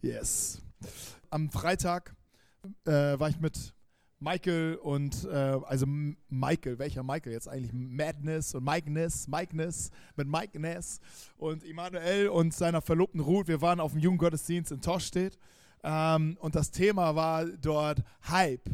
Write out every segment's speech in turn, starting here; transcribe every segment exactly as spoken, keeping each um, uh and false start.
Yes. Am Freitag äh, war ich mit Michael und, äh, also Michael, welcher Michael jetzt eigentlich? Madness und Mike Ness, Mike Ness, mit Mike Ness und Emanuel und seiner Verlobten Ruth. Wir waren auf dem Jugendgottesdienst in Torstedt ähm, und das Thema war dort Hype.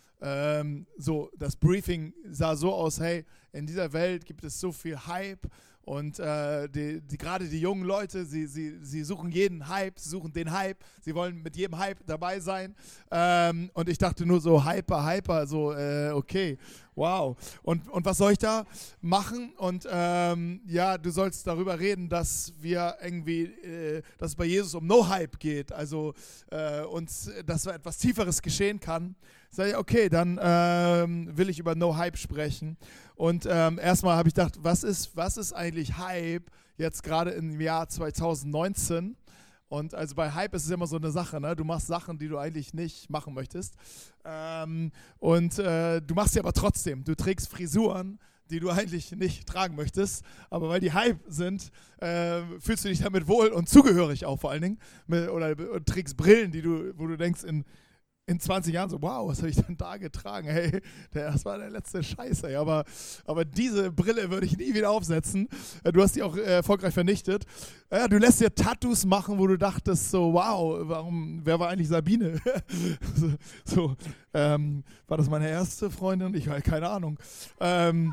Ähm, so, das Briefing sah so aus, hey, in dieser Welt gibt es so viel Hype und äh, die, die, gerade die jungen Leute, sie, sie, sie suchen jeden Hype, sie suchen den Hype, sie wollen mit jedem Hype dabei sein ähm, und ich dachte nur so, Hyper, Hyper, so, äh, okay, wow. Und, und was soll ich da machen? Und ähm, ja, du sollst darüber reden, dass wir irgendwie, äh, dass es bei Jesus um No Hype geht, also äh, und dass etwas Tieferes geschehen kann. Sag ich, okay, dann ähm, will ich über No Hype sprechen. Und ähm, erstmal habe ich gedacht, was ist, was ist eigentlich Hype jetzt gerade im Jahr zwanzig neunzehn? Und also bei Hype ist es immer so eine Sache, ne? Du machst Sachen, die du eigentlich nicht machen möchtest. Ähm, und äh, du machst sie aber trotzdem. Du trägst Frisuren, die du eigentlich nicht tragen möchtest. Aber weil die Hype sind, äh, fühlst du dich damit wohl und zugehörig auch vor allen Dingen. Oder, oder trägst Brillen, die du, wo du denkst, in in zwanzig Jahren so, wow, was habe ich denn da getragen? Hey, das war der letzte Scheiß, ey. Aber, aber diese Brille würde ich nie wieder aufsetzen. Du hast die auch äh, erfolgreich vernichtet. Ja, du lässt dir Tattoos machen, wo du dachtest so, wow, warum, wer war eigentlich Sabine? so, so ähm, war das meine erste Freundin? Ich habe keine Ahnung. Ähm,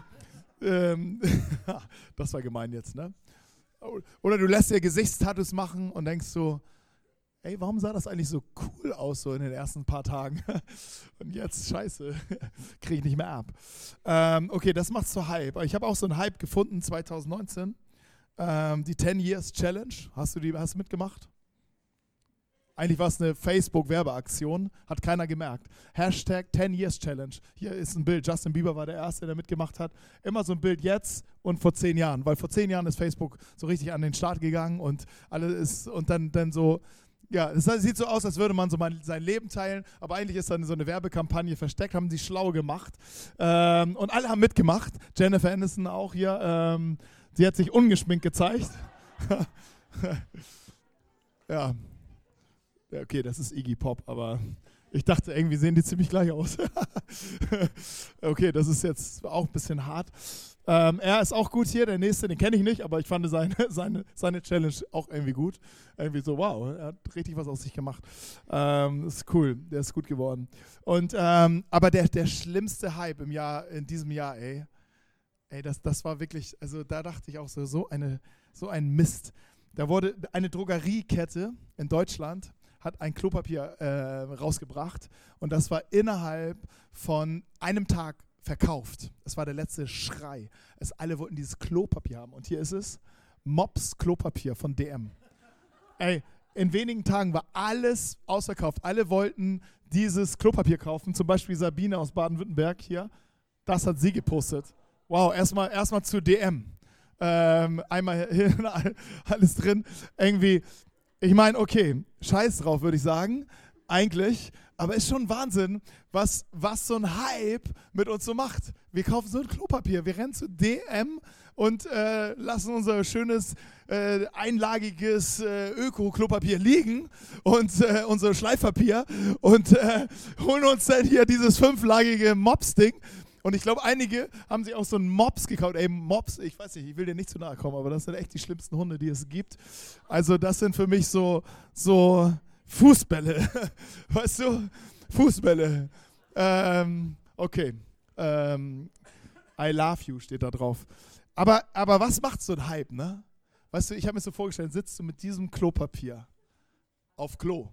ähm, das war gemein jetzt, ne? Oder du lässt dir Gesichtstattoos machen und denkst so, ey, warum sah das eigentlich so cool aus, so in den ersten paar Tagen? Und jetzt, scheiße, kriege ich nicht mehr ab. Ähm, okay, das macht's zur Hype. Ich habe auch so einen Hype gefunden, zwanzig neunzehn. Ähm, die ten Years Challenge. Hast du die hast du mitgemacht? Eigentlich war es eine Facebook-Werbeaktion, hat keiner gemerkt. Hashtag ten Years Challenge. Hier ist ein Bild. Justin Bieber war der Erste, der mitgemacht hat. Immer so ein Bild jetzt und vor zehn Jahren. Weil vor zehn Jahren ist Facebook so richtig an den Start gegangen und alle ist und dann, dann so. Ja, es sieht so aus, als würde man so mal sein Leben teilen, aber eigentlich ist dann so eine Werbekampagne versteckt, haben sie schlau gemacht ähm, und alle haben mitgemacht. Jennifer Aniston auch hier, ähm, sie hat sich ungeschminkt gezeigt. ja. ja, okay, das ist Iggy Pop, aber ich dachte, irgendwie sehen die ziemlich gleich aus. okay, das ist jetzt auch ein bisschen hart. Ähm, er ist auch gut hier, der nächste, den kenne ich nicht, aber ich fand seine, seine, seine Challenge auch irgendwie gut. Irgendwie so, wow, er hat richtig was aus sich gemacht. Ähm, das ist cool, der ist gut geworden. Und, ähm, aber der, der schlimmste Hype im Jahr, in diesem Jahr, ey, ey, das, das war wirklich, also da dachte ich auch so, so, eine, so ein Mist. Da wurde eine Drogeriekette in Deutschland, hat ein Klopapier äh, rausgebracht und das war innerhalb von einem Tag verkauft. Das war der letzte Schrei. Es, alle wollten dieses Klopapier haben. Und hier ist es, Mops Klopapier von D M. Ey, in wenigen Tagen war alles ausverkauft. Alle wollten dieses Klopapier kaufen. Zum Beispiel Sabine aus Baden-Württemberg hier. Das hat sie gepostet. Wow, erstmal erstmal zu D M. Ähm, einmal hier, alles drin. Irgendwie, ich meine, okay, scheiß drauf, würde ich sagen. Eigentlich, aber ist schon Wahnsinn, was, was so ein Hype mit uns so macht. Wir kaufen so ein Klopapier, wir rennen zu D M und äh, lassen unser schönes äh, einlagiges äh, Öko-Klopapier liegen und äh, unser Schleifpapier und äh, holen uns dann hier dieses fünflagige Mops-Ding. Und ich glaube, einige haben sich auch so einen Mops gekauft. Ey, Mops, ich weiß nicht, ich will dir nicht zu nahe kommen, aber das sind echt die schlimmsten Hunde, die es gibt. Also das sind für mich so, so Fußbälle, weißt du? Fußbälle. Ähm, okay. Ähm, I love you steht da drauf. Aber, aber was macht so ein Hype, ne? Weißt du, ich habe mir so vorgestellt, sitzt du mit diesem Klopapier auf Klo.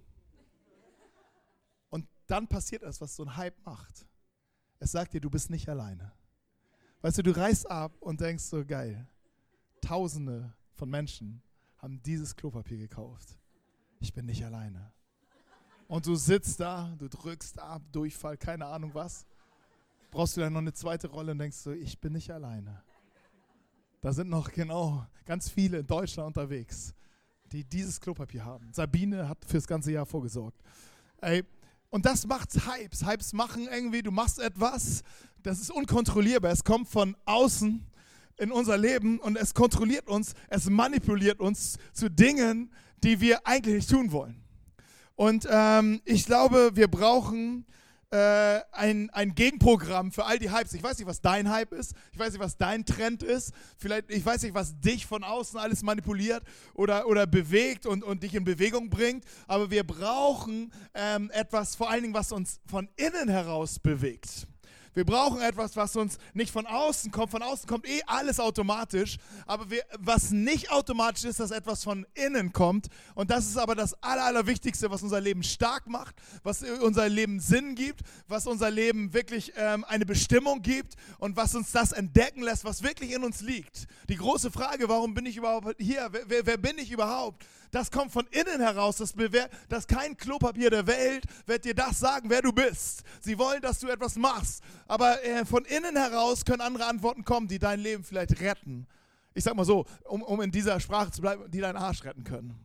Und dann passiert etwas, was so ein Hype macht. Es sagt dir, du bist nicht alleine. Weißt du, du reist ab und denkst so, geil, Tausende von Menschen haben dieses Klopapier gekauft. Ich bin nicht alleine. Und du sitzt da, du drückst ab, Durchfall, keine Ahnung was. Brauchst du dann noch eine zweite Rolle und denkst so, ich bin nicht alleine. Da sind noch genau ganz viele in Deutschland unterwegs, die dieses Klopapier haben. Sabine hat fürs ganze Jahr vorgesorgt. Ey, und das macht Hypes. Hypes machen irgendwie, du machst etwas, das ist unkontrollierbar. Es kommt von außen in unser Leben und es kontrolliert uns, es manipuliert uns zu Dingen, die wir eigentlich nicht tun wollen. Und ähm, ich glaube, wir brauchen äh, ein, ein Gegenprogramm für all die Hypes. Ich weiß nicht, was dein Hype ist. Ich weiß nicht, was dein Trend ist. Vielleicht, ich weiß nicht, was dich von außen alles manipuliert oder, oder bewegt und, und dich in Bewegung bringt. Aber wir brauchen ähm, etwas, vor allen Dingen, was uns von innen heraus bewegt. Wir brauchen etwas, was uns nicht von außen kommt. Von außen kommt eh alles automatisch. Aber wir, was nicht automatisch ist, dass etwas von innen kommt. Und das ist aber das Aller, Allerwichtigste, was unser Leben stark macht, was unser Leben Sinn gibt, was unser Leben wirklich ähm, eine Bestimmung gibt und was uns das entdecken lässt, was wirklich in uns liegt. Die große Frage, warum bin ich überhaupt hier? Wer, wer, wer bin ich überhaupt? Das kommt von innen heraus. Das, bewehr, das kein Klopapier der Welt wird dir das sagen, wer du bist. Sie wollen, dass du etwas machst. Aber äh, von innen heraus können andere Antworten kommen, die dein Leben vielleicht retten. Ich sag mal so, um, um in dieser Sprache zu bleiben, die deinen Arsch retten können.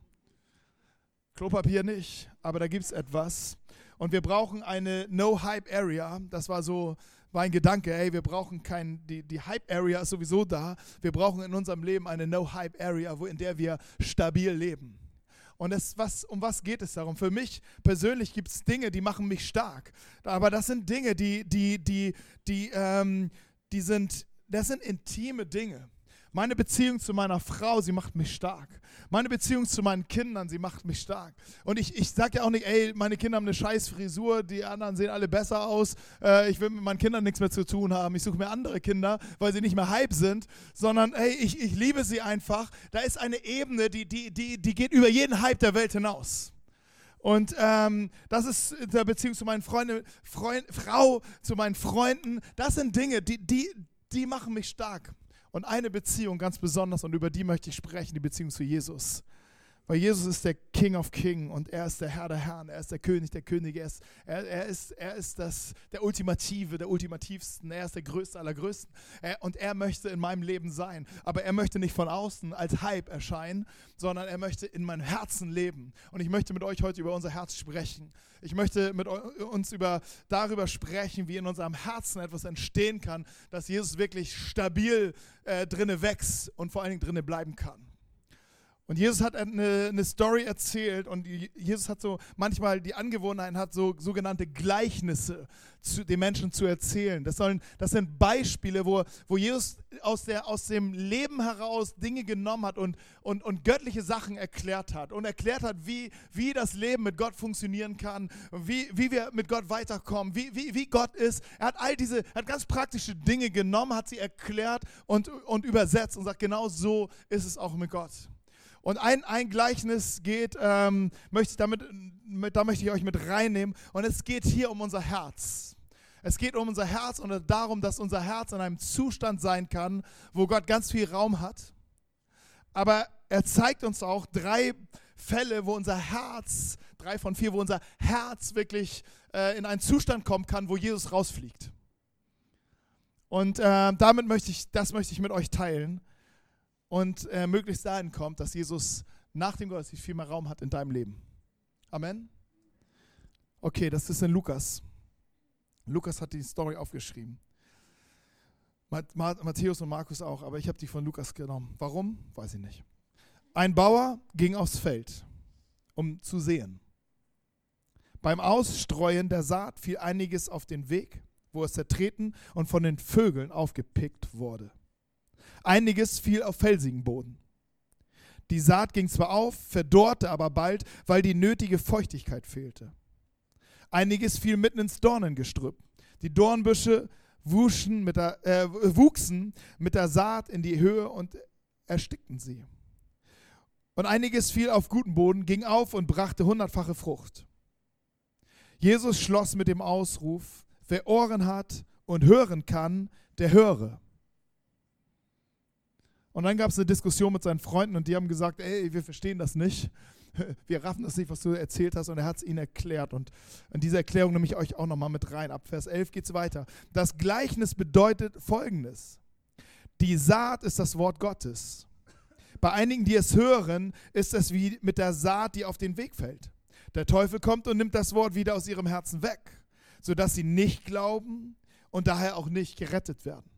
Klopapier nicht, aber da gibt es etwas. Und wir brauchen eine No-Hype-Area. Das war so mein Gedanke. Ey, wir brauchen kein, die, die Hype-Area ist sowieso da. Wir brauchen in unserem Leben eine No-Hype-Area, wo in der wir stabil leben. Und das, was, um was geht es darum? Für mich persönlich gibt es Dinge, die machen mich stark. Aber das sind Dinge, die, die, die, die, ähm, die sind, das sind intime Dinge. Meine Beziehung zu meiner Frau, sie macht mich stark. Meine Beziehung zu meinen Kindern, sie macht mich stark. Und ich, ich sage ja auch nicht, ey, meine Kinder haben eine scheiß Frisur, die anderen sehen alle besser aus. Äh, ich will mit meinen Kindern nichts mehr zu tun haben. Ich suche mir andere Kinder, weil sie nicht mehr Hype sind. Sondern, ey, ich, ich liebe sie einfach. Da ist eine Ebene, die, die, die, die geht über jeden Hype der Welt hinaus. Und ähm, das ist in der Beziehung zu meinen Freunden, Freund, Frau, zu meinen Freunden. Das sind Dinge, die, die, die machen mich stark. Und eine Beziehung ganz besonders, und über die möchte ich sprechen, die Beziehung zu Jesus. Weil Jesus ist der King of Kings und er ist der Herr der Herren, er ist der König der Könige, er ist, er, er ist, er ist das, der Ultimative, der Ultimativsten, er ist der Größte aller Größten. Er, und er möchte in meinem Leben sein, aber er möchte nicht von außen als Hype erscheinen, sondern er möchte in meinem Herzen leben. Und ich möchte mit euch heute über unser Herz sprechen. Ich möchte mit uns über, darüber sprechen, wie in unserem Herzen etwas entstehen kann, dass Jesus wirklich stabil äh, drinne wächst und vor allen Dingen drinne bleiben kann. Und Jesus hat eine, eine Story erzählt und Jesus hat so manchmal die Angewohnheit, hat so sogenannte Gleichnisse zu den Menschen zu erzählen. Das, sollen, das sind Beispiele, wo, wo Jesus aus, der, aus dem Leben heraus Dinge genommen hat und, und, und göttliche Sachen erklärt hat. Und erklärt hat, wie, wie das Leben mit Gott funktionieren kann, wie, wie wir mit Gott weiterkommen, wie, wie, wie Gott ist. Er hat all diese, hat ganz praktische Dinge genommen, hat sie erklärt und, und übersetzt und sagt, genau so ist es auch mit Gott. Und ein, ein Gleichnis geht, ähm, möchte ich damit, mit, da möchte ich euch mit reinnehmen. Und es geht hier um unser Herz. Es geht um unser Herz und darum, dass unser Herz in einem Zustand sein kann, wo Gott ganz viel Raum hat. Aber er zeigt uns auch drei Fälle, wo unser Herz, drei von vier, wo unser Herz wirklich äh, in einen Zustand kommen kann, wo Jesus rausfliegt. Und äh, damit möchte ich, das möchte ich mit euch teilen. Und äh, möglichst dahin kommt, dass Jesus nach dem Gottesdienst viel mehr Raum hat in deinem Leben. Amen? Okay, das ist in Lukas. Lukas hat die Story aufgeschrieben. Matthäus und Markus auch, aber ich habe die von Lukas genommen. Warum? Weiß ich nicht. Ein Bauer ging aufs Feld, um zu säen. Beim Ausstreuen der Saat fiel einiges auf den Weg, wo es zertreten und von den Vögeln aufgepickt wurde. Einiges fiel auf felsigen Boden. Die Saat ging zwar auf, verdorrte aber bald, weil die nötige Feuchtigkeit fehlte. Einiges fiel mitten ins Dornengestrüpp. Die Dornbüsche wuschen mit der, äh, wuchsen mit der Saat in die Höhe und erstickten sie. Und einiges fiel auf guten Boden, ging auf und brachte hundertfache Frucht. Jesus schloss mit dem Ausruf, wer Ohren hat und hören kann, der höre. Und dann gab es eine Diskussion mit seinen Freunden und die haben gesagt, ey, wir verstehen das nicht. Wir raffen das nicht, was du erzählt hast. Und er hat es ihnen erklärt. Und in diese Erklärung nehme ich euch auch nochmal mit rein. Ab Vers elf geht es weiter. Das Gleichnis bedeutet Folgendes. Die Saat ist das Wort Gottes. Bei einigen, die es hören, ist es wie mit der Saat, die auf den Weg fällt. Der Teufel kommt und nimmt das Wort wieder aus ihrem Herzen weg, sodass sie nicht glauben und daher auch nicht gerettet werden.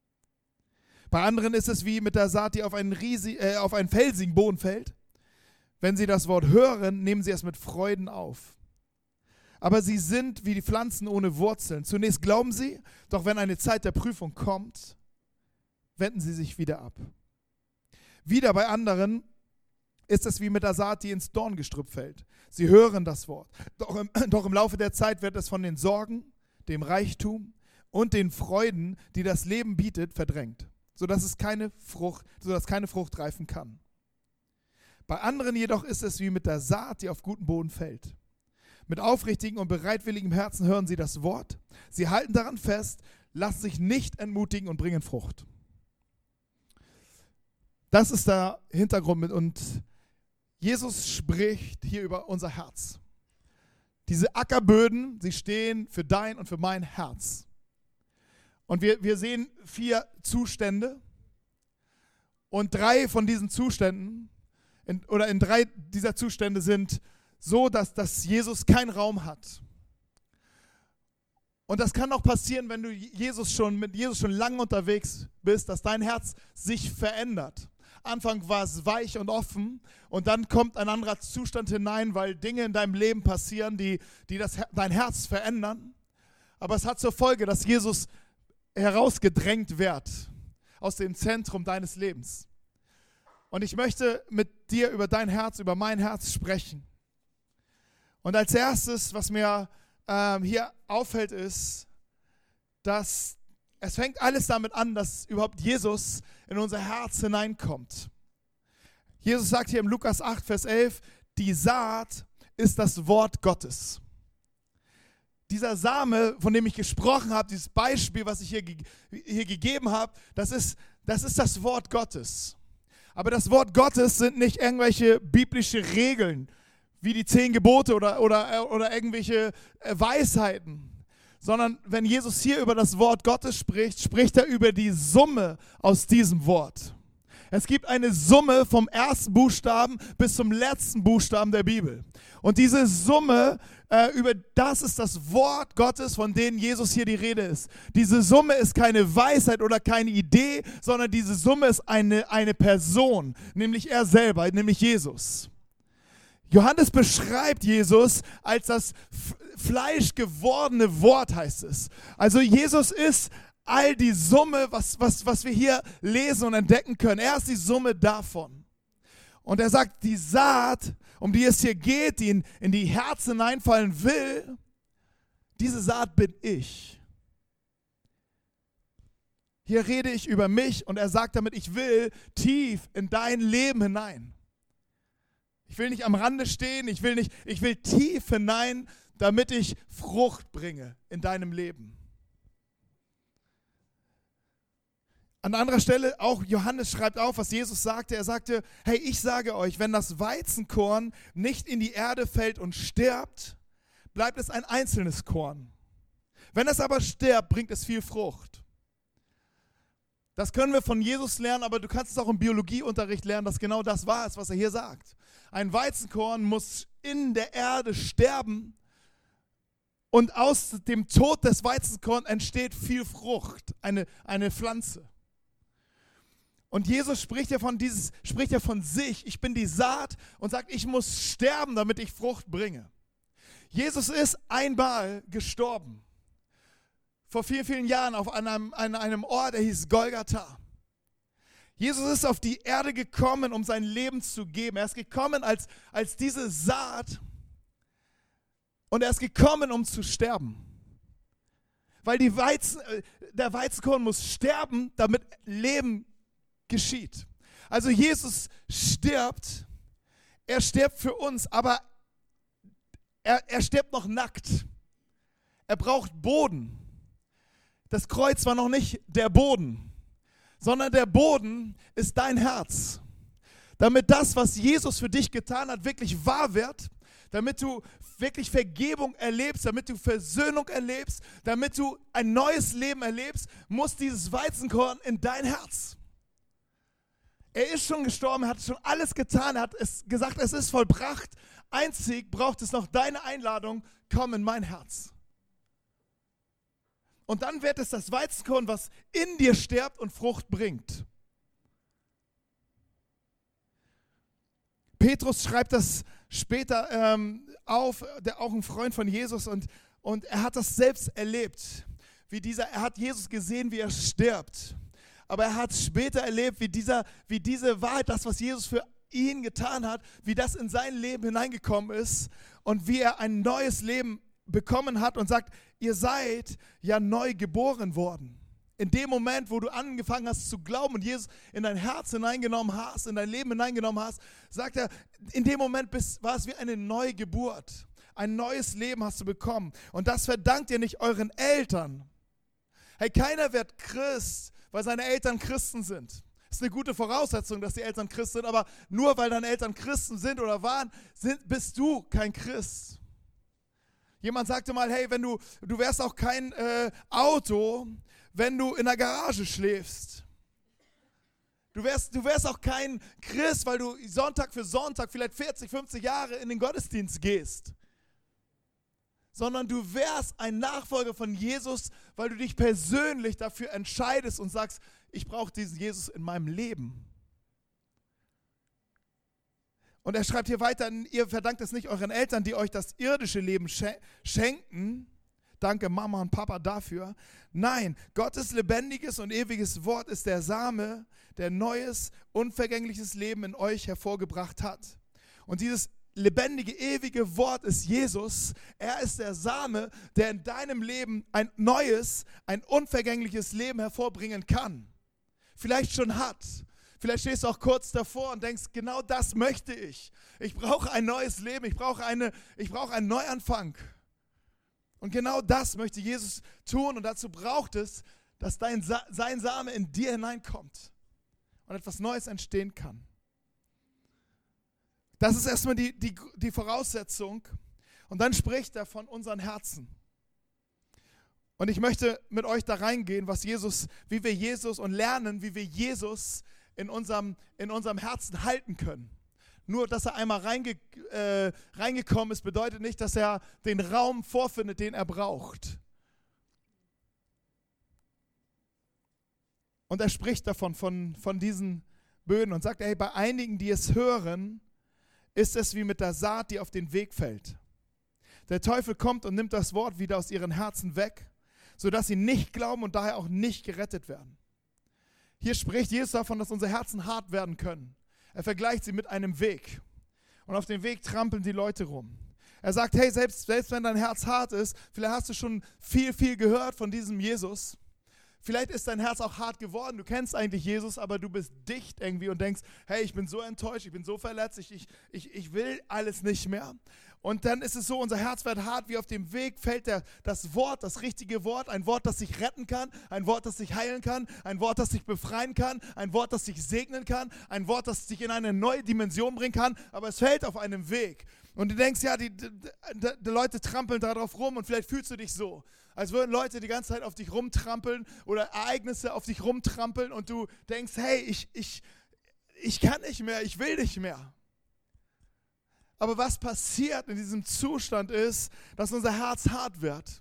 Bei anderen ist es wie mit der Saat, die auf einen, riesig, äh, auf einen felsigen Boden fällt. Wenn sie das Wort hören, nehmen sie es mit Freuden auf. Aber sie sind wie die Pflanzen ohne Wurzeln. Zunächst glauben sie, doch wenn eine Zeit der Prüfung kommt, wenden sie sich wieder ab. Wieder bei anderen ist es wie mit der Saat, die ins Dorngestrüpp fällt. Sie hören das Wort. Doch im, doch im Laufe der Zeit wird es von den Sorgen, dem Reichtum und den Freuden, die das Leben bietet, verdrängt, sodass es keine Frucht, sodass keine Frucht reifen kann. Bei anderen jedoch ist es wie mit der Saat, die auf guten Boden fällt. Mit aufrichtigem und bereitwilligem Herzen hören sie das Wort. Sie halten daran fest, lassen sich nicht entmutigen und bringen Frucht. Das ist der Hintergrund mit und Jesus spricht hier über unser Herz. Diese Ackerböden, sie stehen für dein und für mein Herz. Und wir, wir sehen vier Zustände und drei von diesen Zuständen in, oder in drei dieser Zustände sind so, dass, dass Jesus keinen Raum hat. Und das kann auch passieren, wenn du Jesus schon, mit Jesus schon lange unterwegs bist, dass dein Herz sich verändert. Anfang war es weich und offen und dann kommt ein anderer Zustand hinein, weil Dinge in deinem Leben passieren, die, die das, dein Herz verändern. Aber es hat zur Folge, dass Jesus herausgedrängt wird aus dem Zentrum deines Lebens. Und ich möchte mit dir über dein Herz, über mein Herz sprechen. Und als erstes, was mir ähm, hier auffällt, ist, dass es fängt alles damit an, dass überhaupt Jesus in unser Herz hineinkommt. Jesus sagt hier im Lukas acht, Vers elf, die Saat ist das Wort Gottes. Dieser Same, von dem ich gesprochen habe, dieses Beispiel, was ich hier, hier gegeben habe, das ist, das ist das Wort Gottes. Aber das Wort Gottes sind nicht irgendwelche biblische Regeln, wie die zehn Gebote oder, oder, oder irgendwelche Weisheiten. Sondern wenn Jesus hier über das Wort Gottes spricht, spricht er über die Summe aus diesem Wort. Es gibt eine Summe vom ersten Buchstaben bis zum letzten Buchstaben der Bibel. Und diese Summe, äh, über das ist das Wort Gottes, von dem Jesus hier die Rede ist. Diese Summe ist keine Weisheit oder keine Idee, sondern diese Summe ist eine, eine Person, nämlich er selber, nämlich Jesus. Johannes beschreibt Jesus als das fleischgewordene Wort, heißt es. Also Jesus ist all die Summe, was, was, was wir hier lesen und entdecken können. Er ist die Summe davon. Und er sagt, die Saat, um die es hier geht, die in, in die Herzen hineinfallen will, diese Saat bin ich. Hier rede ich über mich und er sagt damit, ich will tief in dein Leben hinein. Ich will nicht am Rande stehen, ich will nicht, ich will tief hinein, damit ich Frucht bringe in deinem Leben. An anderer Stelle, auch Johannes schreibt auf, was Jesus sagte. Er sagte, hey, ich sage euch, wenn das Weizenkorn nicht in die Erde fällt und stirbt, bleibt es ein einzelnes Korn. Wenn es aber stirbt, bringt es viel Frucht. Das können wir von Jesus lernen, aber du kannst es auch im Biologieunterricht lernen, dass genau das wahr ist, was er hier sagt. Ein Weizenkorn muss in der Erde sterben und aus dem Tod des Weizenkorns entsteht viel Frucht, eine, eine Pflanze. Und Jesus spricht ja von dieses, spricht ja von sich, ich bin die Saat und sagt, ich muss sterben, damit ich Frucht bringe. Jesus ist einmal gestorben. Vor vielen, vielen Jahren auf einem, an einem Ort, der hieß Golgatha. Jesus ist auf die Erde gekommen, um sein Leben zu geben. Er ist gekommen als, als diese Saat und er ist gekommen, um zu sterben. Weil die Weizen, der Weizenkorn muss sterben, damit Leben geschieht. Also Jesus stirbt, er stirbt für uns, aber er, er stirbt noch nackt. Er braucht Boden. Das Kreuz war noch nicht der Boden, sondern der Boden ist dein Herz. Damit das, was Jesus für dich getan hat, wirklich wahr wird, damit du wirklich Vergebung erlebst, damit du Versöhnung erlebst, damit du ein neues Leben erlebst, muss dieses Weizenkorn in dein Herz. Er ist schon gestorben, er hat schon alles getan, er hat es gesagt, es ist vollbracht. Einzig braucht es noch deine Einladung, komm in mein Herz. Und dann wird es das Weizenkorn, was in dir stirbt und Frucht bringt. Petrus schreibt das später ähm, auf, der auch ein Freund von Jesus, und, und er hat das selbst erlebt. Wie dieser, er hat Jesus gesehen, wie er stirbt. Aber er hat später erlebt, wie, dieser, wie diese Wahrheit, das, was Jesus für ihn getan hat, wie das in sein Leben hineingekommen ist und wie er ein neues Leben bekommen hat und sagt, ihr seid ja neu geboren worden. In dem Moment, wo du angefangen hast zu glauben und Jesus in dein Herz hineingenommen hast, in dein Leben hineingenommen hast, sagt er, in dem Moment bist, war es wie eine Neugeburt. Ein neues Leben hast du bekommen. Und das verdankt ihr nicht euren Eltern. Hey, keiner wird Christ, weil seine Eltern Christen sind. Das ist eine gute Voraussetzung, dass die Eltern Christ sind, aber nur weil deine Eltern Christen sind oder waren, sind, bist du kein Christ. Jemand sagte mal, hey, wenn du, du wärst auch kein äh, Auto, wenn du in der Garage schläfst. Du wärst, du wärst auch kein Christ, weil du Sonntag für Sonntag vielleicht vierzig, fünfzig Jahre in den Gottesdienst gehst. Sondern du wärst ein Nachfolger von Jesus, weil du dich persönlich dafür entscheidest und sagst, ich brauche diesen Jesus in meinem Leben. Und er schreibt hier weiter, ihr verdankt es nicht euren Eltern, die euch das irdische Leben schenken. Danke Mama und Papa dafür. Nein, Gottes lebendiges und ewiges Wort ist der Same, der neues, unvergängliches Leben in euch hervorgebracht hat. Und dieses lebendige, ewige Wort ist Jesus. Er ist der Same, der in deinem Leben ein neues, ein unvergängliches Leben hervorbringen kann. Vielleicht schon hat. Vielleicht stehst du auch kurz davor und denkst, genau das möchte ich. Ich brauche ein neues Leben, ich brauche eine, ich brauche einen Neuanfang. Und genau das möchte Jesus tun und dazu braucht es, dass dein Sa- sein Same in dir hineinkommt und etwas Neues entstehen kann. Das ist erstmal die, die, die Voraussetzung. Und dann spricht er von unseren Herzen. Und ich möchte mit euch da reingehen, was Jesus, wie wir Jesus und lernen, wie wir Jesus in unserem, in unserem Herzen halten können. Nur, dass er einmal reinge, äh, reingekommen ist, bedeutet nicht, dass er den Raum vorfindet, den er braucht. Und er spricht davon, von, von diesen Böden und sagt, hey, bei einigen, die es hören, ist es wie mit der Saat, die auf den Weg fällt. Der Teufel kommt und nimmt das Wort wieder aus ihren Herzen weg, sodass sie nicht glauben und daher auch nicht gerettet werden. Hier spricht Jesus davon, dass unsere Herzen hart werden können. Er vergleicht sie mit einem Weg. Und auf dem Weg trampeln die Leute rum. Er sagt, hey, selbst, selbst wenn dein Herz hart ist, vielleicht hast du schon viel, viel gehört von diesem Jesus. Vielleicht ist dein Herz auch hart geworden. Du kennst eigentlich Jesus, aber du bist dicht irgendwie und denkst, hey, ich bin so enttäuscht, ich bin so verletzt, ich, ich, ich, ich will alles nicht mehr. Und dann ist es so, unser Herz wird hart, wie auf dem Weg fällt der, das Wort, das richtige Wort, ein Wort, das dich retten kann, ein Wort, das dich heilen kann, ein Wort, das dich befreien kann, ein Wort, das dich segnen kann, ein Wort, das dich in eine neue Dimension bringen kann, aber es fällt auf einem Weg. Und du denkst, ja, die, die, die, die Leute trampeln darauf rum und vielleicht fühlst du dich so, als würden Leute die ganze Zeit auf dich rumtrampeln oder Ereignisse auf dich rumtrampeln und du denkst, hey, ich, ich, ich kann nicht mehr, ich will nicht mehr. Aber was passiert in diesem Zustand ist, dass unser Herz hart wird.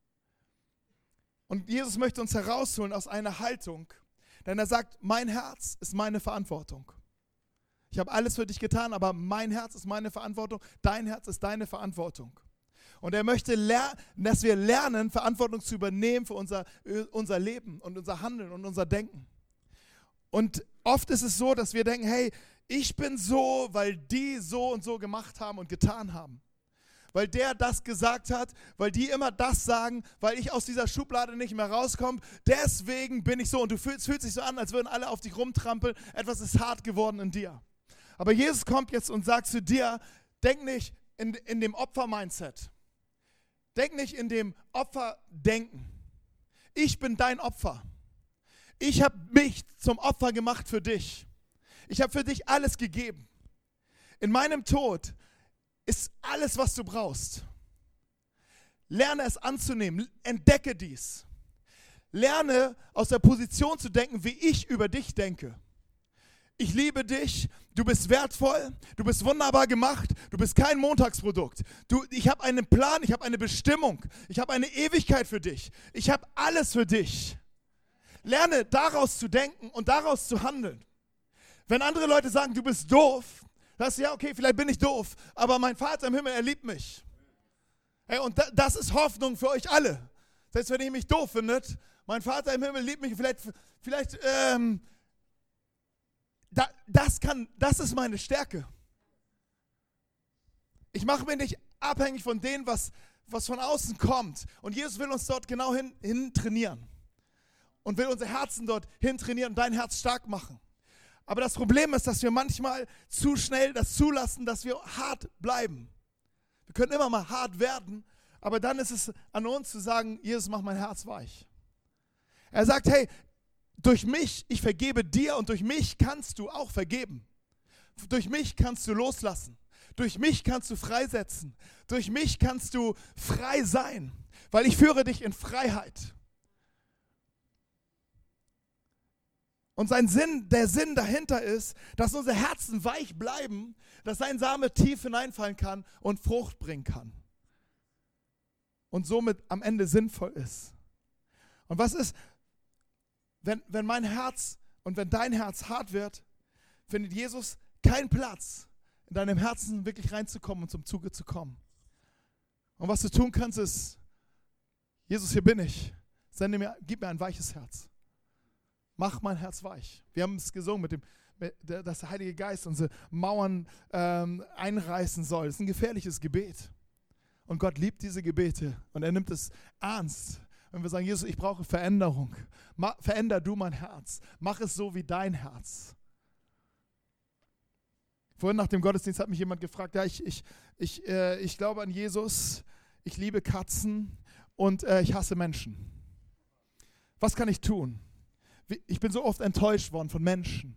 Und Jesus möchte uns herausholen aus einer Haltung, denn er sagt, mein Herz ist meine Verantwortung. Ich habe alles für dich getan, aber mein Herz ist meine Verantwortung, dein Herz ist deine Verantwortung. Und er möchte, ler- dass wir lernen, Verantwortung zu übernehmen für unser, unser Leben und unser Handeln und unser Denken. Und oft ist es so, dass wir denken, hey, ich bin so, weil die so und so gemacht haben und getan haben. Weil der das gesagt hat, weil die immer das sagen, weil ich aus dieser Schublade nicht mehr rauskomme. Deswegen bin ich so. Und du fühlst, fühlt sich so an, als würden alle auf dich rumtrampeln. Etwas ist hart geworden in dir. Aber Jesus kommt jetzt und sagt zu dir, denk nicht in, in dem Opfer-Mindset. Denk nicht in dem Opferdenken. Ich bin dein Opfer. Ich habe mich zum Opfer gemacht für dich. Ich habe für dich alles gegeben. In meinem Tod ist alles, was du brauchst. Lerne es anzunehmen. Entdecke dies. Lerne aus der Position zu denken, wie ich über dich denke. Ich liebe dich, du bist wertvoll, du bist wunderbar gemacht, du bist kein Montagsprodukt. Du, ich habe einen Plan, ich habe eine Bestimmung, ich habe eine Ewigkeit für dich. Ich habe alles für dich. Lerne daraus zu denken und daraus zu handeln. Wenn andere Leute sagen, du bist doof, Das ist, ja, okay, vielleicht bin ich doof, aber mein Vater im Himmel, er liebt mich. Hey, und da, das ist Hoffnung für euch alle. Selbst wenn ihr mich doof findet, mein Vater im Himmel liebt mich, vielleicht, vielleicht, ähm, da, das kann, das ist meine Stärke. Ich mache mich nicht abhängig von dem, was, was von außen kommt. Und Jesus will uns dort genau hin, hin trainieren. Und will unser Herzen dort hin trainieren und dein Herz stark machen. Aber das Problem ist, dass wir manchmal zu schnell das zulassen, dass wir hart bleiben. Wir können immer mal hart werden, aber dann ist es an uns zu sagen, Jesus, mach mein Herz weich. Er sagt, hey, durch mich, ich vergebe dir und durch mich kannst du auch vergeben. Durch mich kannst du loslassen. Durch mich kannst du freisetzen. Durch mich kannst du frei sein, weil ich führe dich in Freiheit. Und sein Sinn, der Sinn dahinter ist, dass unsere Herzen weich bleiben, dass sein Same tief hineinfallen kann und Frucht bringen kann. Und somit am Ende sinnvoll ist. Und was ist, wenn, wenn mein Herz und wenn dein Herz hart wird, findet Jesus keinen Platz, in deinem Herzen wirklich reinzukommen und zum Zuge zu kommen. Und was du tun kannst, ist, Jesus, hier bin ich. Sende mir, gib mir ein weiches Herz. Mach mein Herz weich. Wir haben es gesungen, mit dem, mit der, dass der Heilige Geist unsere Mauern ähm, einreißen soll. Das ist ein gefährliches Gebet. Und Gott liebt diese Gebete und er nimmt es ernst. Wenn wir sagen, Jesus, ich brauche Veränderung. Ma, veränder du mein Herz. Mach es so wie dein Herz. Vorhin nach dem Gottesdienst hat mich jemand gefragt, ja, ich, ich, ich, äh, ich glaube an Jesus, ich liebe Katzen und äh, ich hasse Menschen. Was kann ich tun? Ich bin so oft enttäuscht worden von Menschen.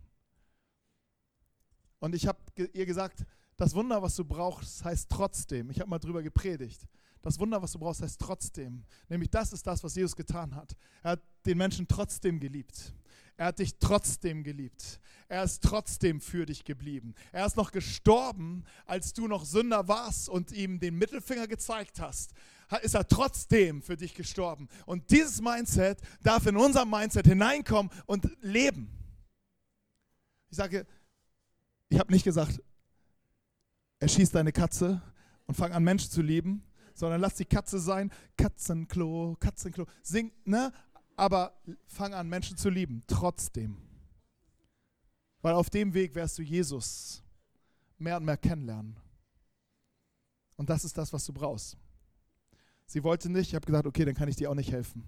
Und ich habe ge- ihr gesagt, das Wunder, was du brauchst, heißt trotzdem. Ich habe mal drüber gepredigt. Das Wunder, was du brauchst, heißt trotzdem. Nämlich das ist das, was Jesus getan hat. Er hat den Menschen trotzdem geliebt. Er hat dich trotzdem geliebt. Er ist trotzdem für dich geblieben. Er ist noch gestorben, als du noch Sünder warst und ihm den Mittelfinger gezeigt hast. Ist er trotzdem für dich gestorben. Und dieses Mindset darf in unser Mindset hineinkommen und leben. Ich sage, ich habe nicht gesagt, erschieß deine Katze und fang an, Menschen zu lieben, sondern lass die Katze sein, Katzenklo, Katzenklo, sing, ne? Aber fang an, Menschen zu lieben, trotzdem. Weil auf dem Weg wirst du Jesus mehr und mehr kennenlernen. Und das ist das, was du brauchst. Sie wollte nicht, ich habe gesagt, okay, dann kann ich dir auch nicht helfen.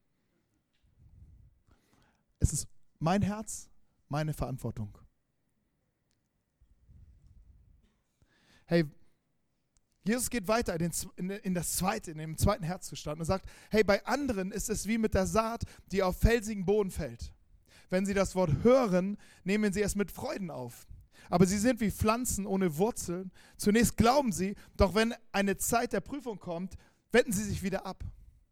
Es ist mein Herz, meine Verantwortung. Hey, Jesus geht weiter in, den, in das zweite, in den zweiten Herzzustand und sagt, hey, bei anderen ist es wie mit der Saat, die auf felsigen Boden fällt. Wenn sie das Wort hören, nehmen sie es mit Freuden auf. Aber sie sind wie Pflanzen ohne Wurzeln. Zunächst glauben sie, doch wenn eine Zeit der Prüfung kommt, wenden sie sich wieder ab.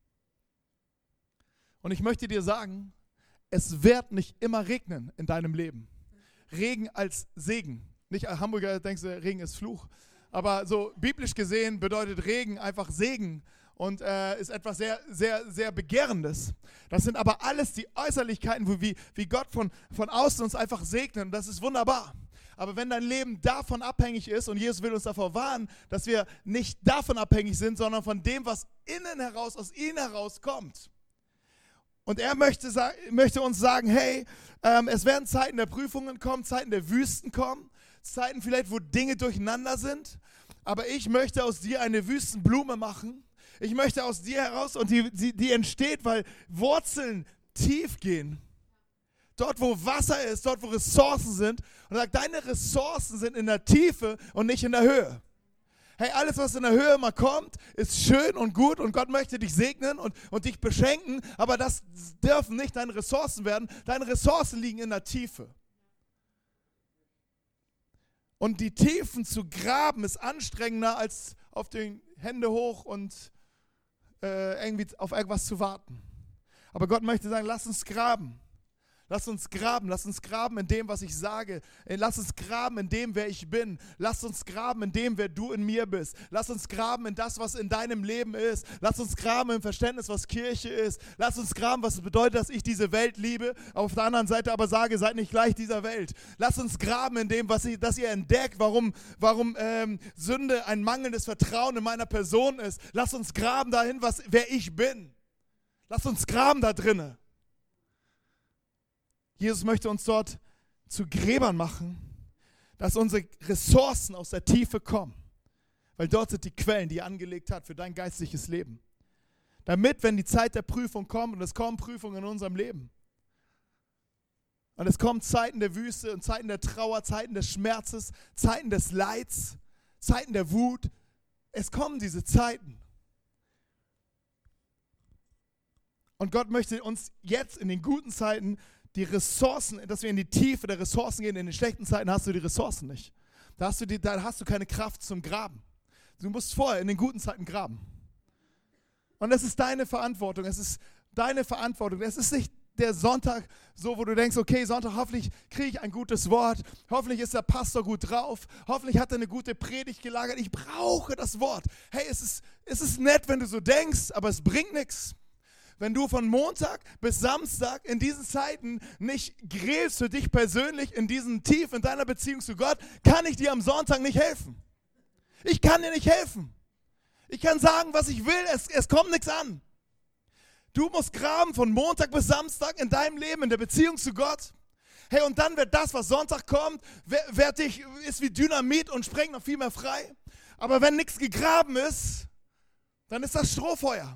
Und ich möchte dir sagen, es wird nicht immer regnen in deinem Leben. Regen als Segen. Nicht als Hamburger denkst du, Regen ist Fluch. Aber so biblisch gesehen bedeutet Regen einfach Segen und äh, ist etwas sehr, sehr, sehr Begehrendes. Das sind aber alles die Äußerlichkeiten, wo, wie, wie Gott von, von außen uns einfach segnet. Und das ist wunderbar. Aber wenn dein Leben davon abhängig ist, und Jesus will uns davor warnen, dass wir nicht davon abhängig sind, sondern von dem, was innen heraus, aus ihm heraus kommt. Und er möchte, möchte uns sagen, hey, ähm, es werden Zeiten der Prüfungen kommen, Zeiten der Wüsten kommen, Zeiten vielleicht, wo Dinge durcheinander sind. Aber ich möchte aus dir eine Wüstenblume machen. Ich möchte aus dir heraus, und die, die, die entsteht, weil Wurzeln tief gehen. Dort, wo Wasser ist, dort, wo Ressourcen sind. Und er sagt, deine Ressourcen sind in der Tiefe und nicht in der Höhe. Hey, alles, was in der Höhe mal kommt, ist schön und gut und Gott möchte dich segnen und, und dich beschenken, aber das dürfen nicht deine Ressourcen werden. Deine Ressourcen liegen in der Tiefe. Und die Tiefen zu graben ist anstrengender, als auf die Hände hoch und äh, irgendwie auf irgendwas zu warten. Aber Gott möchte sagen, lass uns graben. Lass uns graben, lass uns graben in dem, was ich sage. Lass uns graben in dem, wer ich bin. Lass uns graben in dem, wer du in mir bist. Lass uns graben in das, was in deinem Leben ist. Lass uns graben im Verständnis, was Kirche ist. Lass uns graben, was es bedeutet, dass ich diese Welt liebe. Auf der anderen Seite aber sage, seid nicht gleich dieser Welt. Lass uns graben in dem, was ich, dass ihr entdeckt, warum, warum ähm, Sünde ein mangelndes Vertrauen in meiner Person ist. Lass uns graben dahin, was, wer ich bin. Lass uns graben da drinne. Jesus möchte uns dort zu Gräbern machen, dass unsere Ressourcen aus der Tiefe kommen. Weil dort sind die Quellen, die er angelegt hat für dein geistliches Leben. Damit, wenn die Zeit der Prüfung kommt, und es kommen Prüfungen in unserem Leben, und es kommen Zeiten der Wüste und Zeiten der Trauer, Zeiten des Schmerzes, Zeiten des Leids, Zeiten der Wut, es kommen diese Zeiten. Und Gott möchte uns jetzt in den guten Zeiten die Ressourcen, dass wir in die Tiefe der Ressourcen gehen. In den schlechten Zeiten hast du die Ressourcen nicht. Da hast du, die, da hast du keine Kraft zum Graben. Du musst vorher in den guten Zeiten graben. Und das ist deine Verantwortung. Es ist deine Verantwortung. Es ist nicht der Sonntag so, wo du denkst, okay, Sonntag, hoffentlich kriege ich ein gutes Wort. Hoffentlich ist der Pastor gut drauf. Hoffentlich hat er eine gute Predigt gelagert. Ich brauche das Wort. Hey, es ist, es ist nett, wenn du so denkst, aber es bringt nichts. Wenn du von Montag bis Samstag in diesen Zeiten nicht gräbst für dich persönlich, in diesen Tief in deiner Beziehung zu Gott, kann ich dir am Sonntag nicht helfen. Ich kann dir nicht helfen. Ich kann sagen, was ich will, es, es kommt nichts an. Du musst graben von Montag bis Samstag in deinem Leben, in der Beziehung zu Gott. Hey, und dann wird das, was Sonntag kommt, wird dich, ist wie Dynamit und sprengt noch viel mehr frei. Aber wenn nichts gegraben ist, dann ist das Strohfeuer.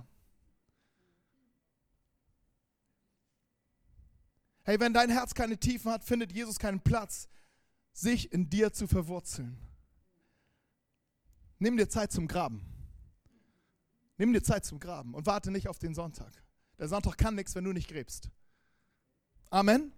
Hey, wenn dein Herz keine Tiefen hat, findet Jesus keinen Platz, sich in dir zu verwurzeln. Nimm dir Zeit zum Graben. Nimm dir Zeit zum Graben und warte nicht auf den Sonntag. Der Sonntag kann nichts, wenn du nicht gräbst. Amen.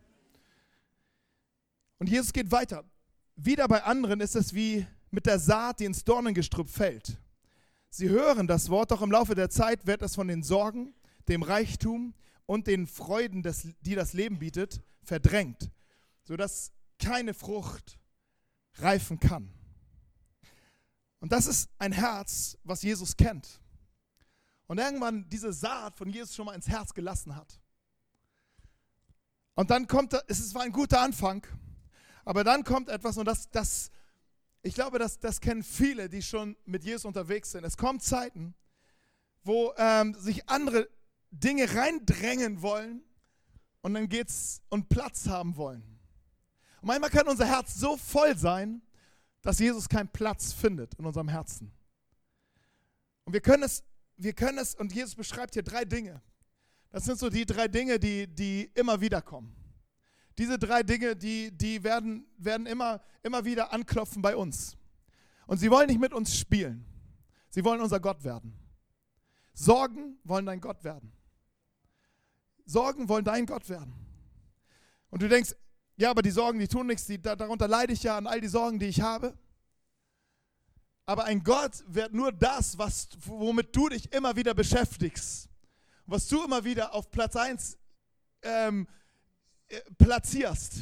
Und Jesus geht weiter. Wieder bei anderen ist es wie mit der Saat, die ins Dornengestrüpp fällt. Sie hören das Wort, doch im Laufe der Zeit wird es von den Sorgen, dem Reichtum und den Freuden, des, die das Leben bietet, verdrängt, sodass keine Frucht reifen kann. Und das ist ein Herz, was Jesus kennt. Und irgendwann diese Saat von Jesus schon mal ins Herz gelassen hat. Und dann kommt, es war ein guter Anfang, aber dann kommt etwas, und das, das ich glaube, das, das kennen viele, die schon mit Jesus unterwegs sind. Es kommen Zeiten, wo ähm, sich andere Dinge reindrängen wollen und dann geht's und Platz haben wollen. Und manchmal kann unser Herz so voll sein, dass Jesus keinen Platz findet in unserem Herzen. Und wir können es, wir können es, und Jesus beschreibt hier drei Dinge. Das sind so die drei Dinge, die, die immer wieder kommen. Diese drei Dinge, die, die werden, werden immer, immer wieder anklopfen bei uns. Und sie wollen nicht mit uns spielen. Sie wollen unser Gott werden. Sorgen wollen dein Gott werden. Sorgen wollen dein Gott werden. Und du denkst, ja, aber die Sorgen, die tun nichts, die, darunter leide ich ja an all die Sorgen, die ich habe. Aber ein Gott wird nur das, was, womit du dich immer wieder beschäftigst. Was du immer wieder auf Platz eins ähm, platzierst.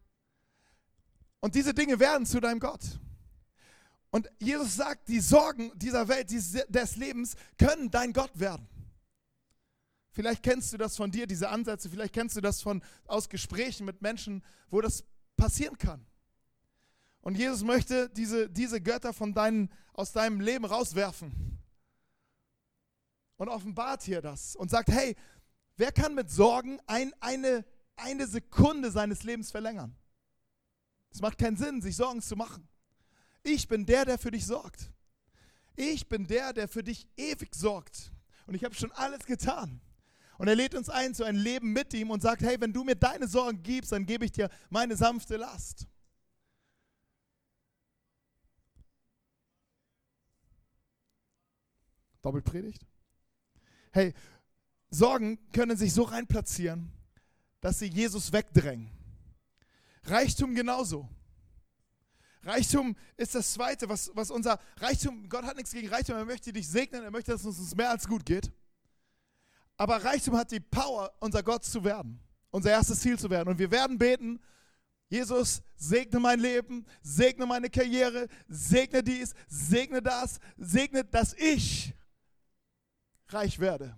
Und diese Dinge werden zu deinem Gott. Und Jesus sagt, die Sorgen dieser Welt, des Lebens, können dein Gott werden. Vielleicht kennst du das von dir, diese Ansätze, vielleicht kennst du das von, aus Gesprächen mit Menschen, wo das passieren kann. Und Jesus möchte diese, diese Götter von deinen, aus deinem Leben rauswerfen. Und offenbart hier das und sagt, hey, wer kann mit Sorgen ein, eine, eine Sekunde seines Lebens verlängern? Es macht keinen Sinn, sich Sorgen zu machen. Ich bin der, der für dich sorgt. Ich bin der, der für dich ewig sorgt. Und ich habe schon alles getan. Und er lädt uns ein zu einem Leben mit ihm und sagt, hey, wenn du mir deine Sorgen gibst, dann gebe ich dir meine sanfte Last. Doppelpredigt? Hey, Sorgen können sich so reinplatzieren, dass sie Jesus wegdrängen. Reichtum genauso. Reichtum ist das Zweite, was, was unser Reichtum, Gott hat nichts gegen Reichtum, er möchte dich segnen, er möchte, dass es uns mehr als gut geht. Aber Reichtum hat die Power, unser Gott zu werden. unser erstes Ziel zu werden. Und wir werden beten, Jesus, segne mein Leben, segne meine Karriere, segne dies, segne das, segne, dass ich reich werde.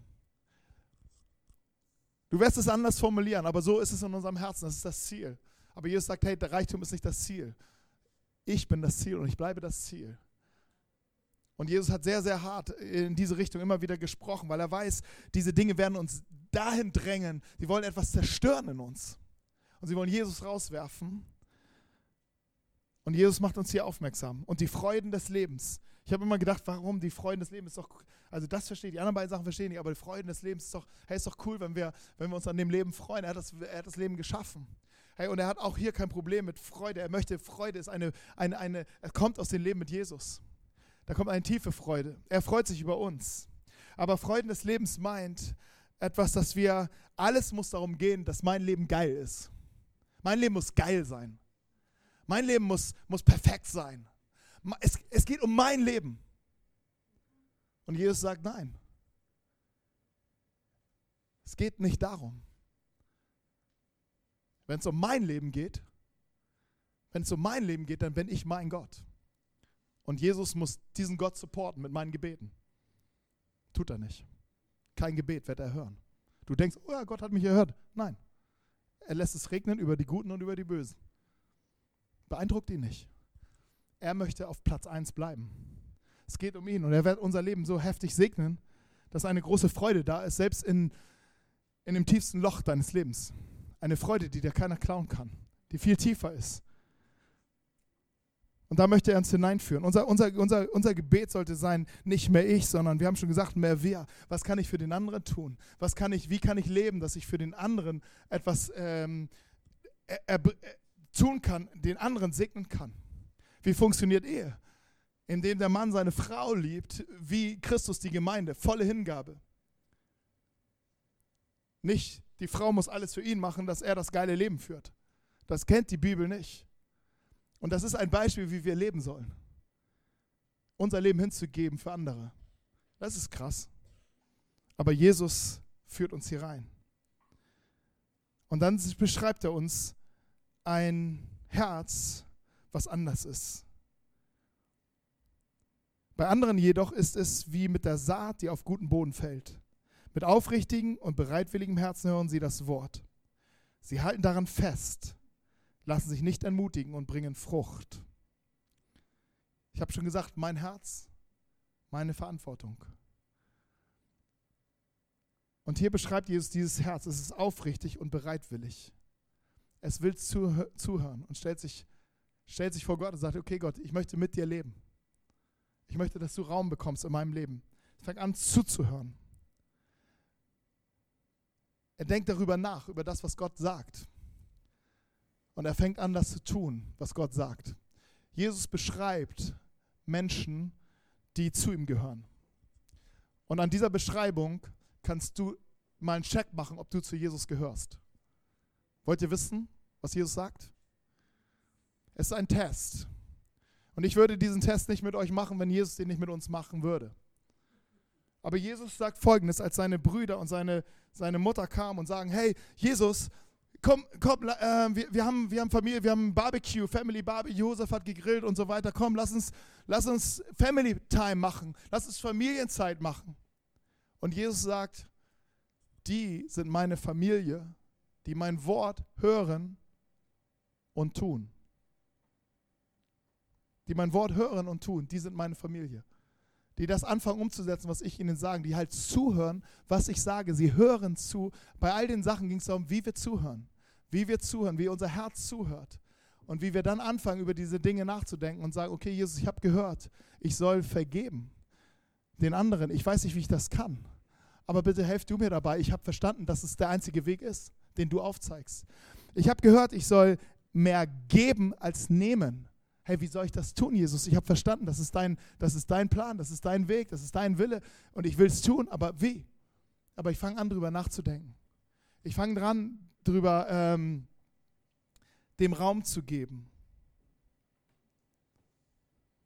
Du wirst es anders formulieren, aber so ist es in unserem Herzen, das ist das Ziel. Aber Jesus sagt, hey, der Reichtum ist nicht das Ziel. Ich bin das Ziel und ich bleibe das Ziel. Und Jesus hat sehr, sehr hart in diese Richtung immer wieder gesprochen, weil er weiß, diese Dinge werden uns dahin drängen, die wollen etwas zerstören in uns. Und sie wollen Jesus rauswerfen. Und Jesus macht uns hier aufmerksam. Und die Freuden des Lebens. Ich habe immer gedacht, warum die Freuden des Lebens ist doch, also das verstehe ich, die anderen beiden Sachen verstehe ich nicht, aber die Freuden des Lebens ist doch, hey, ist doch cool, wenn wir, wenn wir uns an dem Leben freuen. Er hat, das, er hat das Leben geschaffen. Hey, und er hat auch hier kein Problem mit Freude. Er möchte, Freude ist eine, eine, eine, er kommt aus dem Leben mit Jesus. Da kommt eine tiefe Freude. Er freut sich über uns. Aber Freuden des Lebens meint etwas, dass wir, alles muss darum gehen, dass mein Leben geil ist. Mein Leben muss geil sein. Mein Leben muss, muss perfekt sein. Es, es geht um mein Leben. Und Jesus sagt, nein. Es geht nicht darum. Wenn es um mein Leben geht, wenn es um mein Leben geht, dann bin ich mein Gott. Und Jesus muss diesen Gott supporten mit meinen Gebeten. Tut er nicht. Kein Gebet wird er hören. Du denkst, oh ja, Gott hat mich erhört. Nein. Er lässt es regnen über die Guten und über die Bösen. Beeindruckt ihn nicht. Er möchte auf Platz eins bleiben. Es geht um ihn und er wird unser Leben so heftig segnen, dass eine große Freude da ist, selbst in, in dem tiefsten Loch deines Lebens. Eine Freude, die dir keiner klauen kann, die viel tiefer ist. Und da möchte er uns hineinführen. Unser, unser, unser, unser Gebet sollte sein, nicht mehr ich, sondern wir haben schon gesagt, mehr wir. Was kann ich für den anderen tun? Was kann ich, wie kann ich leben, dass ich für den anderen etwas ähm, er, er, tun kann, den anderen segnen kann? Wie funktioniert Ehe? Indem der Mann seine Frau liebt, wie Christus die Gemeinde, volle Hingabe. Nicht, die Frau muss alles für ihn machen, dass er das geile Leben führt. Das kennt die Bibel nicht. Und das ist ein Beispiel, wie wir leben sollen. Unser Leben hinzugeben für andere. Das ist krass. Aber Jesus führt uns hier rein. Und dann beschreibt er uns ein Herz, was anders ist. Bei anderen jedoch ist es wie mit der Saat, die auf guten Boden fällt. Mit aufrichtigem und bereitwilligem Herzen hören sie das Wort. Sie halten daran fest, lassen sich nicht entmutigen und bringen Frucht. Ich habe schon gesagt, mein Herz, meine Verantwortung. Und hier beschreibt Jesus dieses Herz. Es ist aufrichtig und bereitwillig. Es will zuh- zuhören und stellt sich, stellt sich vor Gott und sagt, okay Gott, ich möchte mit dir leben. Ich möchte, dass du Raum bekommst in meinem Leben. Fang an zuzuhören. Er denkt darüber nach, über das, was Gott sagt. Und er fängt an, das zu tun, was Gott sagt. Jesus beschreibt Menschen, die zu ihm gehören. Und an dieser Beschreibung kannst du mal einen Check machen, ob du zu Jesus gehörst. Wollt ihr wissen, was Jesus sagt? Es ist ein Test. Und ich würde diesen Test nicht mit euch machen, wenn Jesus den nicht mit uns machen würde. Aber Jesus sagt Folgendes, als seine Brüder und seine, seine Mutter kamen und sagen, hey, Jesus, komm, komm, äh, wir, wir, haben, wir haben Familie, wir haben Barbecue, Family Barbecue, Josef hat gegrillt und so weiter. Komm, lass uns, lass uns Family Time machen, lass uns Familienzeit machen. Und Jesus sagt, die sind meine Familie, die mein Wort hören und tun. Die mein Wort hören und tun, die sind meine Familie. Die das anfangen umzusetzen, was ich ihnen sage, die halt zuhören, was ich sage. Sie hören zu. Bei all den Sachen ging es darum, wie wir zuhören. Wie wir zuhören, wie unser Herz zuhört. Und wie wir dann anfangen, über diese Dinge nachzudenken und sagen, okay, Jesus, ich habe gehört, ich soll vergeben den anderen. Ich weiß nicht, wie ich das kann. Aber bitte helf du mir dabei. Ich habe verstanden, dass es der einzige Weg ist, den du aufzeigst. Ich habe gehört, ich soll mehr geben als nehmen. Hey, wie soll ich das tun, Jesus? Ich habe verstanden, das ist dein, das ist dein Plan, das ist dein Weg, das ist dein Wille und ich will es tun, aber wie? Aber ich fange an, drüber nachzudenken. Ich fange dran, drüber ähm, dem Raum zu geben.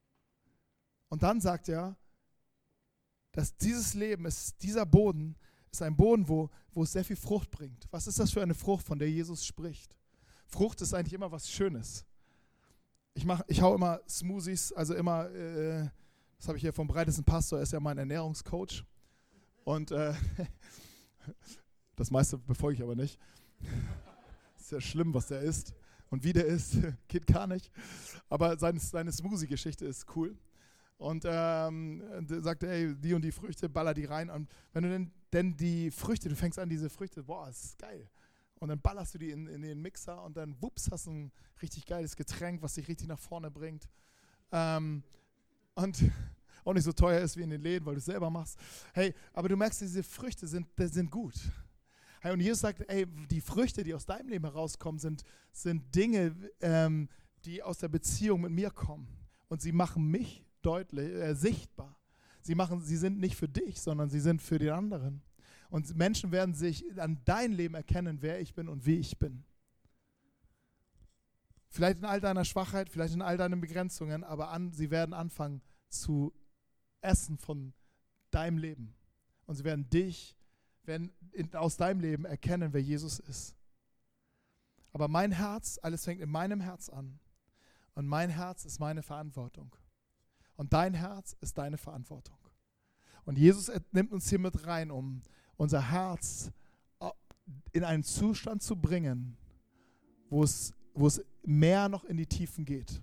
Und dann sagt er, dass dieses Leben, ist, dieser Boden, ist ein Boden, wo, wo es sehr viel Frucht bringt. Was ist das für eine Frucht, von der Jesus spricht? Frucht ist eigentlich immer was Schönes. Ich, mach, ich hau immer Smoothies, also immer, äh, das habe ich hier vom breitesten Pastor, er ist ja mein Ernährungscoach. Und äh, das meiste befolge ich aber nicht. Ist ja schlimm, was der isst. Und wie der isst, geht gar nicht. Aber seine, seine Smoothie-Geschichte ist cool. Und ähm, sagt er, ey, die und die Früchte, baller die rein. Und wenn du denn, denn die Früchte, du fängst an, diese Früchte, boah, das ist geil. Und dann ballerst du die in, in den Mixer und dann, wups, hast du ein richtig geiles Getränk, was dich richtig nach vorne bringt. Ähm, und auch nicht so teuer ist wie in den Läden, weil du es selber machst. Hey, aber du merkst, diese Früchte sind, sind gut. Hey, und Jesus sagt, ey, die Früchte, die aus deinem Leben herauskommen, sind, sind Dinge, ähm, die aus der Beziehung mit mir kommen. Und sie machen mich deutlich, äh, sichtbar. Sie, machen, sie sind nicht für dich, sondern sie sind für den anderen. Und Menschen werden sich an dein Leben erkennen, wer ich bin und wie ich bin. Vielleicht in all deiner Schwachheit, vielleicht in all deinen Begrenzungen, aber an, sie werden anfangen zu essen von deinem Leben. Und sie werden dich, werden in, aus deinem Leben erkennen, wer Jesus ist. Aber mein Herz, alles fängt in meinem Herz an. Und mein Herz ist meine Verantwortung. Und dein Herz ist deine Verantwortung. Und Jesus nimmt uns hier mit rein, um unser Herz in einen Zustand zu bringen, wo es, wo es mehr noch in die Tiefen geht.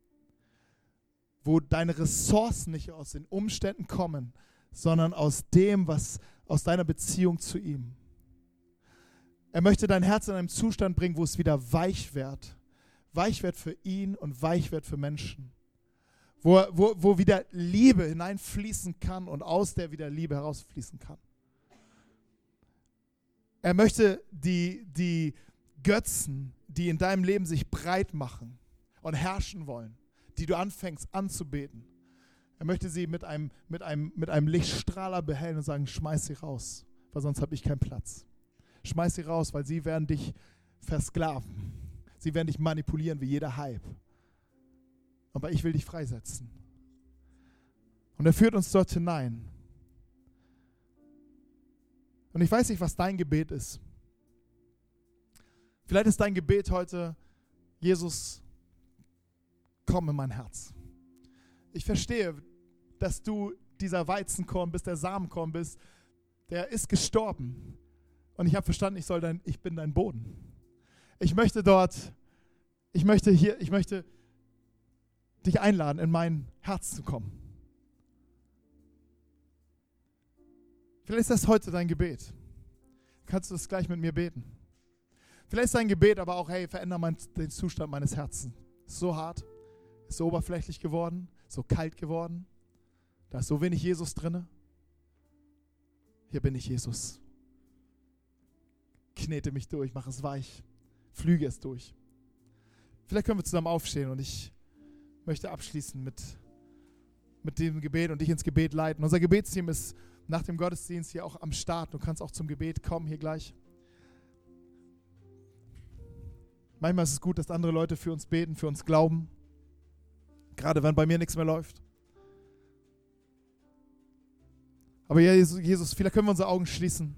Wo deine Ressourcen nicht aus den Umständen kommen, sondern aus dem, was aus deiner Beziehung zu ihm. Er möchte dein Herz in einen Zustand bringen, wo es wieder weich wird. Weich wird für ihn und weich wird für Menschen. Wo, wo, wo wieder Liebe hineinfließen kann und aus der wieder Liebe herausfließen kann. Er möchte die, die Götzen, die in deinem Leben sich breit machen und herrschen wollen, die du anfängst anzubeten. Er möchte sie mit einem, mit einem, mit einem Lichtstrahler behellen und sagen, schmeiß sie raus, weil sonst habe ich keinen Platz. Schmeiß sie raus, weil sie werden dich versklaven. Sie werden dich manipulieren wie jeder Hype. Aber ich will dich freisetzen. Und er führt uns dort hinein. Und ich weiß nicht, was dein Gebet ist. Vielleicht ist dein Gebet heute, Jesus, komm in mein Herz. Ich verstehe, dass du dieser Weizenkorn bist, der Samenkorn bist, der ist gestorben. Und ich habe verstanden, ich soll dein, ich bin dein Boden. Ich möchte dort, ich möchte hier, ich möchte dich einladen, in mein Herz zu kommen. Vielleicht ist das heute dein Gebet. Kannst du das gleich mit mir beten? Vielleicht ist dein Gebet aber auch, hey, verändere mein, den Zustand meines Herzens. Ist so hart, ist so oberflächlich geworden, so kalt geworden. Da ist so wenig Jesus drin. Hier bin ich, Jesus. Knete mich durch, mach es weich, flüge es durch. Vielleicht können wir zusammen aufstehen und ich möchte abschließen mit, mit dem Gebet und dich ins Gebet leiten. Unser Gebetsteam ist nach dem Gottesdienst hier auch am Start. Du kannst auch zum Gebet kommen, hier gleich. Manchmal ist es gut, dass andere Leute für uns beten, für uns glauben. Gerade wenn bei mir nichts mehr läuft. Aber ja, Jesus, vielleicht können wir unsere Augen schließen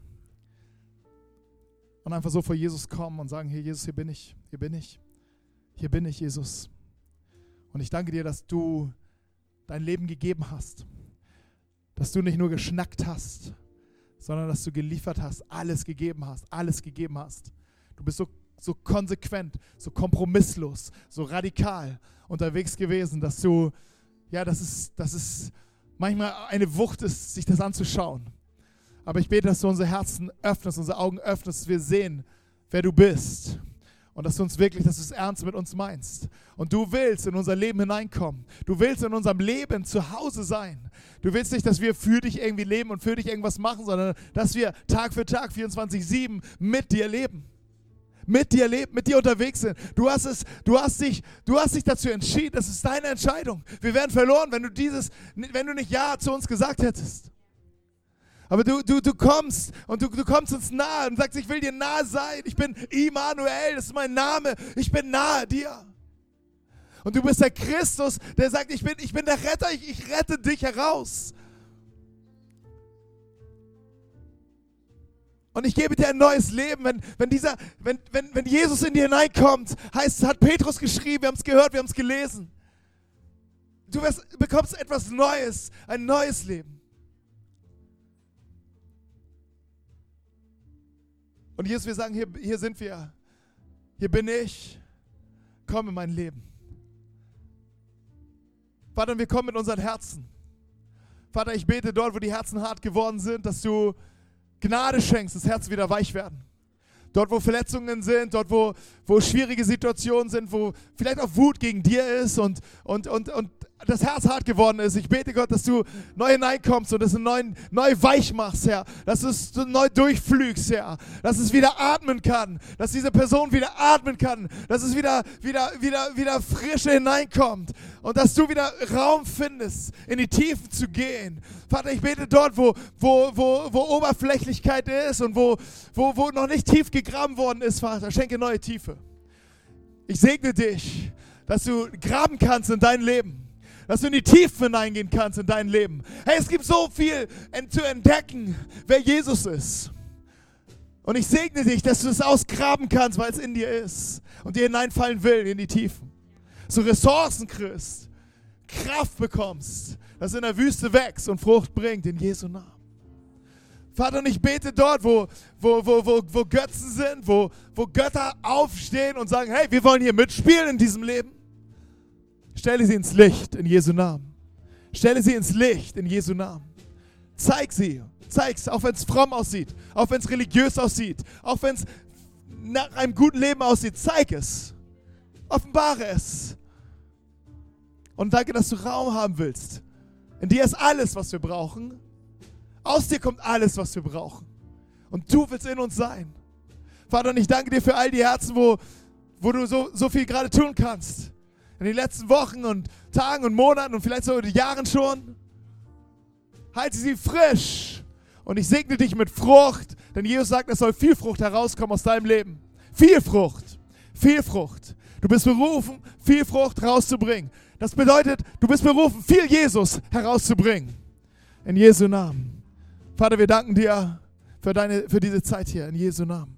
und einfach so vor Jesus kommen und sagen, hier Jesus, hier bin ich, hier bin ich, hier bin ich, Jesus. Und ich danke dir, dass du dein Leben gegeben hast, dass du nicht nur geschnackt hast, sondern dass du geliefert hast, alles gegeben hast, alles gegeben hast. Du bist so, so konsequent, so kompromisslos, so radikal unterwegs gewesen, dass du, ja, das ist, das ist manchmal eine Wucht ist, sich das anzuschauen. Aber ich bete, dass du unsere Herzen öffnest, unsere Augen öffnest, dass wir sehen, wer du bist. Und dass du uns wirklich, dass du es ernst mit uns meinst. Und du willst in unser Leben hineinkommen. Du willst in unserem Leben zu Hause sein. Du willst nicht, dass wir für dich irgendwie leben und für dich irgendwas machen, sondern dass wir Tag für Tag, vierundzwanzig sieben mit dir leben. Mit dir leben, mit dir unterwegs sind. Du hast es, du hast dich, du hast dich dazu entschieden. Das ist deine Entscheidung. Wir wären verloren, wenn du dieses, wenn du nicht Ja zu uns gesagt hättest. Aber du, du, du kommst und du, du kommst uns nahe und sagst, ich will dir nahe sein. Ich bin Immanuel, das ist mein Name. Ich bin nahe dir. Und du bist der Christus, der sagt, ich bin, ich bin der Retter, ich, ich rette dich heraus. Und ich gebe dir ein neues Leben. Wenn, wenn, dieser, wenn, wenn, wenn Jesus in dir hineinkommt, heißt, hat Petrus geschrieben, wir haben es gehört, wir haben es gelesen. Du wirst, bekommst etwas Neues, ein neues Leben. Und Jesus, wir sagen, hier, hier sind wir. Hier bin ich. Komm in mein Leben. Vater, wir kommen mit unseren Herzen. Vater, ich bete dort, wo die Herzen hart geworden sind, dass du Gnade schenkst, das Herz wieder weich werden. Dort, wo Verletzungen sind, dort, wo, wo schwierige Situationen sind, wo vielleicht auch Wut gegen dir ist und, und, und, und das Herz hart geworden ist. Ich bete, Gott, dass du neu hineinkommst und es neu, neu weich machst, Herr. Dass du es neu durchflügst, Herr. Dass es wieder atmen kann. Dass diese Person wieder atmen kann. Dass es wieder, wieder, wieder, wieder Frische hineinkommt. Und dass du wieder Raum findest, in die Tiefen zu gehen. Vater, ich bete dort, wo, wo, wo, wo Oberflächlichkeit ist und wo, wo, wo noch nicht tief gegraben worden ist, Vater. Schenke neue Tiefe. Ich segne dich, dass du graben kannst in dein Leben. Dass du in die Tiefen hineingehen kannst in dein Leben. Hey, es gibt so viel zu entdecken, wer Jesus ist. Und ich segne dich, dass du es ausgraben kannst, weil es in dir ist und dir hineinfallen will in die Tiefen. Dass du Ressourcen kriegst, Kraft bekommst, dass in der Wüste wächst und Frucht bringt in Jesu Namen. Vater, und ich bete dort, wo, wo, wo, wo, wo Götzen sind, wo, wo Götter aufstehen und sagen, hey, wir wollen hier mitspielen in diesem Leben. Stelle sie ins Licht in Jesu Namen. Stelle sie ins Licht in Jesu Namen. Zeig sie. Zeig es, auch wenn es fromm aussieht, auch wenn es religiös aussieht, auch wenn es nach einem guten Leben aussieht. Zeig es. Offenbare es. Und danke, dass du Raum haben willst. In dir ist alles, was wir brauchen. Aus dir kommt alles, was wir brauchen. Und du willst in uns sein. Vater, und ich danke dir für all die Herzen, wo, wo du so, so viel gerade tun kannst. In den letzten Wochen und Tagen und Monaten und vielleicht sogar Jahren schon. Halte sie frisch. Und ich segne dich mit Frucht. Denn Jesus sagt, es soll viel Frucht herauskommen aus deinem Leben. Viel Frucht. Viel Frucht. Du bist berufen, viel Frucht rauszubringen. Das bedeutet, du bist berufen, viel Jesus herauszubringen. In Jesu Namen. Vater, wir danken dir für, deine, für diese Zeit hier. In Jesu Namen.